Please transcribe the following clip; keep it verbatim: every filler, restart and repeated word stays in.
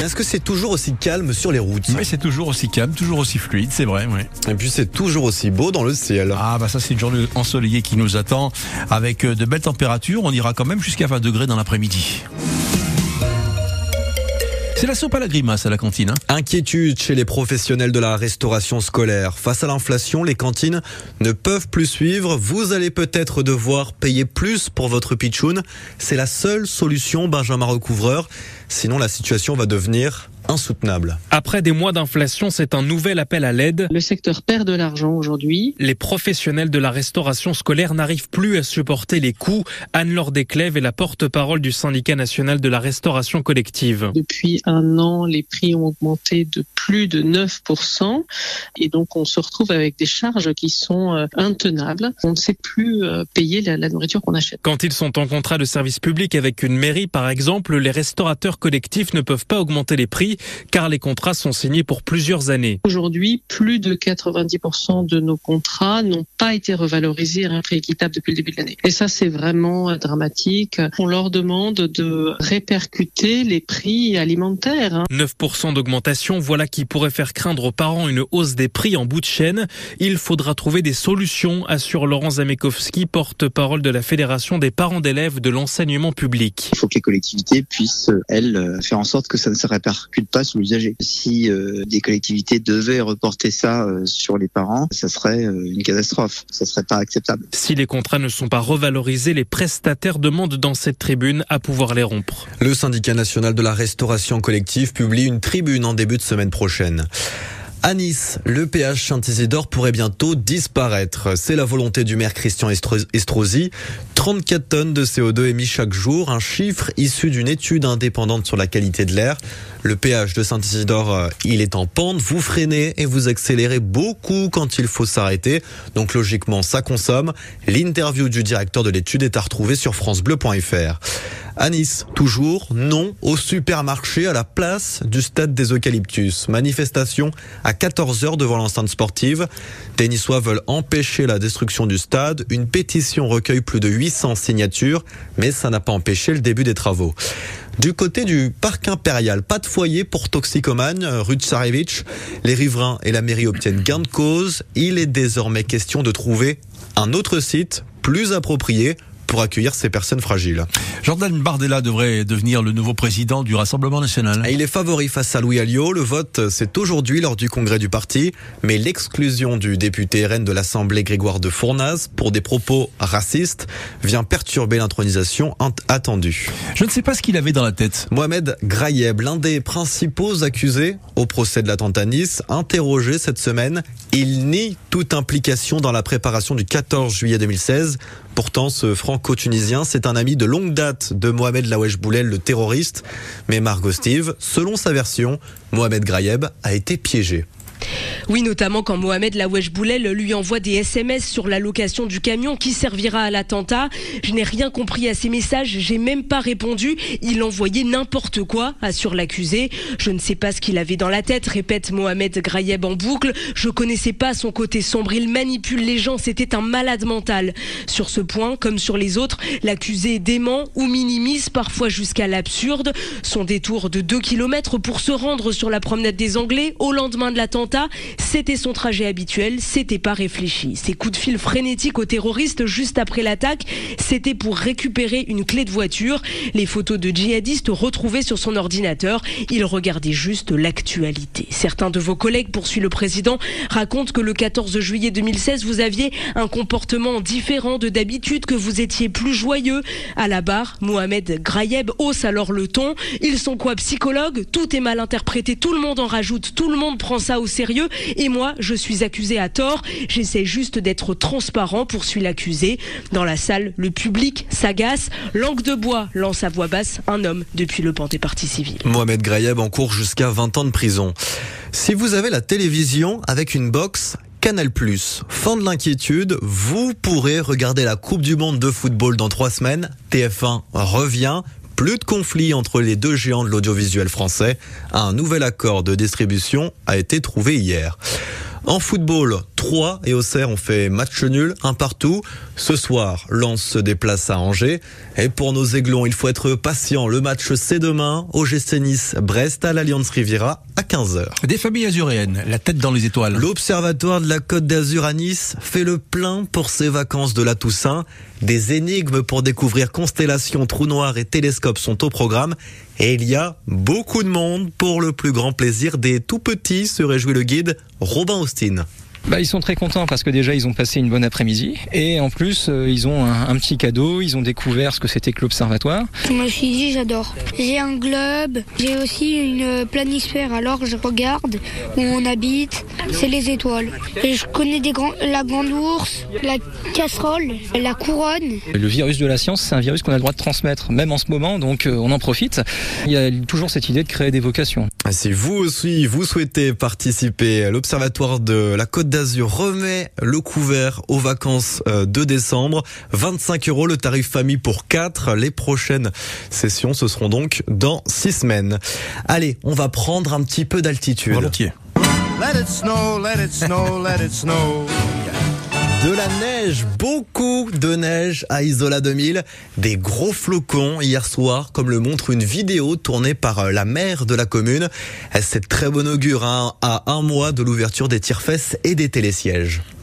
est-ce que c'est toujours aussi calme sur les routes ? Oui, c'est toujours aussi calme, toujours aussi fluide, c'est vrai. Oui. Et puis c'est toujours aussi beau dans le ciel. Ah bah ça c'est une journée ensoleillée qui nous attend avec de belles températures. On ira quand même jusqu'à vingt degrés dans l'après-midi. C'est la soupe à la grimace à la cantine. Hein. Inquiétude chez les professionnels de la restauration scolaire. Face à l'inflation, les cantines ne peuvent plus suivre. Vous allez peut-être devoir payer plus pour votre pitchoun. C'est la seule solution, Benjamin Recouvreur. Sinon, la situation va devenir insoutenable. Après des mois d'inflation, c'est un nouvel appel à l'aide. Le secteur perd de l'argent aujourd'hui. Les professionnels de la restauration scolaire n'arrivent plus à supporter les coûts. Anne-Laure Desclèves est la porte-parole du syndicat national de la restauration collective. Depuis un an, les prix ont augmenté de plus de neuf pour cent et donc on se retrouve avec des charges qui sont intenables. On ne sait plus payer la, la nourriture qu'on achète. Quand ils sont en contrat de service public avec une mairie, par exemple, les restaurateurs collectifs ne peuvent pas augmenter les prix car les contrats sont signés pour plusieurs années. Aujourd'hui, plus de quatre-vingt-dix pour cent de nos contrats n'ont pas été revalorisés à un prix équitable depuis le début de l'année. Et ça, c'est vraiment dramatique. On leur demande de répercuter les prix alimentaires. neuf pour cent d'augmentation, voilà qui pourrait faire craindre aux parents une hausse des prix en bout de chaîne. Il faudra trouver des solutions, assure Laurent Zamekowski, porte-parole de la Fédération des parents d'élèves de l'enseignement public. Il faut que les collectivités puissent, elles, faire en sorte que ça ne se répercute pas sur l'usager. Si euh, des collectivités devaient reporter ça euh, sur les parents, ça serait euh, une catastrophe. Ça serait pas acceptable. Si les contrats ne sont pas revalorisés, les prestataires demandent dans cette tribune à pouvoir les rompre. Le syndicat national de la restauration collective publie une tribune en début de semaine prochaine. À Nice, le péage Saint-Isidore pourrait bientôt disparaître. C'est la volonté du maire Christian Estrosi. trente-quatre tonnes de C O deux émis chaque jour, un chiffre issu d'une étude indépendante sur la qualité de l'air. Le péage de Saint-Isidore, il est en pente. Vous freinez et vous accélérez beaucoup quand il faut s'arrêter. Donc logiquement, ça consomme. L'interview du directeur de l'étude est à retrouver sur francebleu point f r. À Nice, toujours, non au supermarché à la place du stade des Eucalyptus. Manifestation à quatorze heures devant l'enceinte sportive. Les Niçois veulent empêcher la destruction du stade. Une pétition recueille plus de huit cents signatures, mais ça n'a pas empêché le début des travaux. Du côté du parc impérial, pas de foyer pour toxicomanes, rue Tsarevitch. Les riverains et la mairie obtiennent gain de cause. Il est désormais question de trouver un autre site plus approprié pour accueillir ces personnes fragiles. Jordan Bardella devrait devenir le nouveau président du Rassemblement national. Il est favori face à Louis Alliot. Le vote, c'est aujourd'hui lors du congrès du parti. Mais l'exclusion du député R N de l'Assemblée Grégoire de Fournaze pour des propos racistes vient perturber l'intronisation attendue. Je ne sais pas ce qu'il avait dans la tête. Mohamed Grayeb, l'un des principaux accusés au procès de l'attentat à Nice, interrogé cette semaine. Il nie toute implication dans la préparation du quatorze juillet deux mille seize. Pourtant, ce franco-tunisien, c'est un ami de longue date de Mohamed Lawesh Boulel, le terroriste. Mais Margot Steve, selon sa version, Mohamed Grayeb a été piégé. Oui, notamment quand Mohamed Lawesh Boulel lui envoie des S M S sur la location du camion qui servira à l'attentat. Je n'ai rien compris à ces messages, j'ai même pas répondu. Il envoyait n'importe quoi, assure l'accusé. Je ne sais pas ce qu'il avait dans la tête, répète Mohamed Grayeb en boucle. Je connaissais pas son côté sombre, il manipule les gens, c'était un malade mental. Sur ce point, comme sur les autres, l'accusé dément ou minimise parfois jusqu'à l'absurde. Son détour de deux kilomètres pour se rendre sur la promenade des Anglais au lendemain de l'attentat, c'était son trajet habituel, c'était pas réfléchi. Ses coups de fil frénétiques aux terroristes juste après l'attaque, c'était pour récupérer une clé de voiture. Les photos de djihadistes retrouvées sur son ordinateur, il regardait juste l'actualité. Certains de vos collègues, poursuit le président, racontent que le quatorze juillet deux mille seize, vous aviez un comportement différent de d'habitude, que vous étiez plus joyeux. À la barre, Mohamed Grayeb hausse alors le ton. Ils sont quoi, psychologues? Tout est mal interprété, tout le monde en rajoute, tout le monde prend ça au sérieux. Et moi, je suis accusé à tort. J'essaie juste d'être transparent, poursuit l'accusé. Dans la salle, le public s'agace. Langue de bois lance à voix basse un homme depuis le Panté partie civile. Mohamed Grayeb encourt jusqu'à vingt ans de prison. Si vous avez la télévision avec une box Canal plus, fin de l'inquiétude, vous pourrez regarder la Coupe du Monde de football dans trois semaines. T F un revient. Plus de conflit entre les deux géants de l'audiovisuel français. Un nouvel accord de distribution a été trouvé hier. En football, Troyes et Auxerre ont fait match nul, un partout. Ce soir, Lens se déplace à Angers. Et pour nos Aiglons, il faut être patient. Le match, c'est demain. O G C Nice, Brest à l'Allianz Riviera à quinze heures. Des familles azuréennes, la tête dans les étoiles. L'Observatoire de la Côte d'Azur à Nice fait le plein pour ses vacances de la Toussaint. Des énigmes pour découvrir constellations, trous noirs et télescopes sont au programme. Et il y a beaucoup de monde pour le plus grand plaisir des tout petits, se réjouit le guide Robin Austin. Bah, ils sont très contents parce que déjà ils ont passé une bonne après-midi et en plus euh, ils ont un, un petit cadeau, ils ont découvert ce que c'était que l'observatoire. Je me suis dit j'adore. J'ai un globe, j'ai aussi une planisphère, alors je regarde où on habite, c'est les étoiles. Et je connais des grands, la grande ours, la casserole, la couronne. Le virus de la science, c'est un virus qu'on a le droit de transmettre, même en ce moment, donc euh, on en profite. Il y a toujours cette idée de créer des vocations. Si vous aussi vous souhaitez participer, l'Observatoire de la Côte d'Azur remet le couvert aux vacances de décembre. vingt-cinq euros le tarif famille pour quatre. Les prochaines sessions, ce seront donc dans six semaines. Allez, on va prendre un petit peu d'altitude. Volontiers. Let it snow, let it snow, let it snow. De la neige, beaucoup de neige à Isola deux mille. Des gros flocons hier soir, comme le montre une vidéo tournée par la maire de la commune. C'est très bon augure hein, à un mois de l'ouverture des tire-fesses et des télésièges.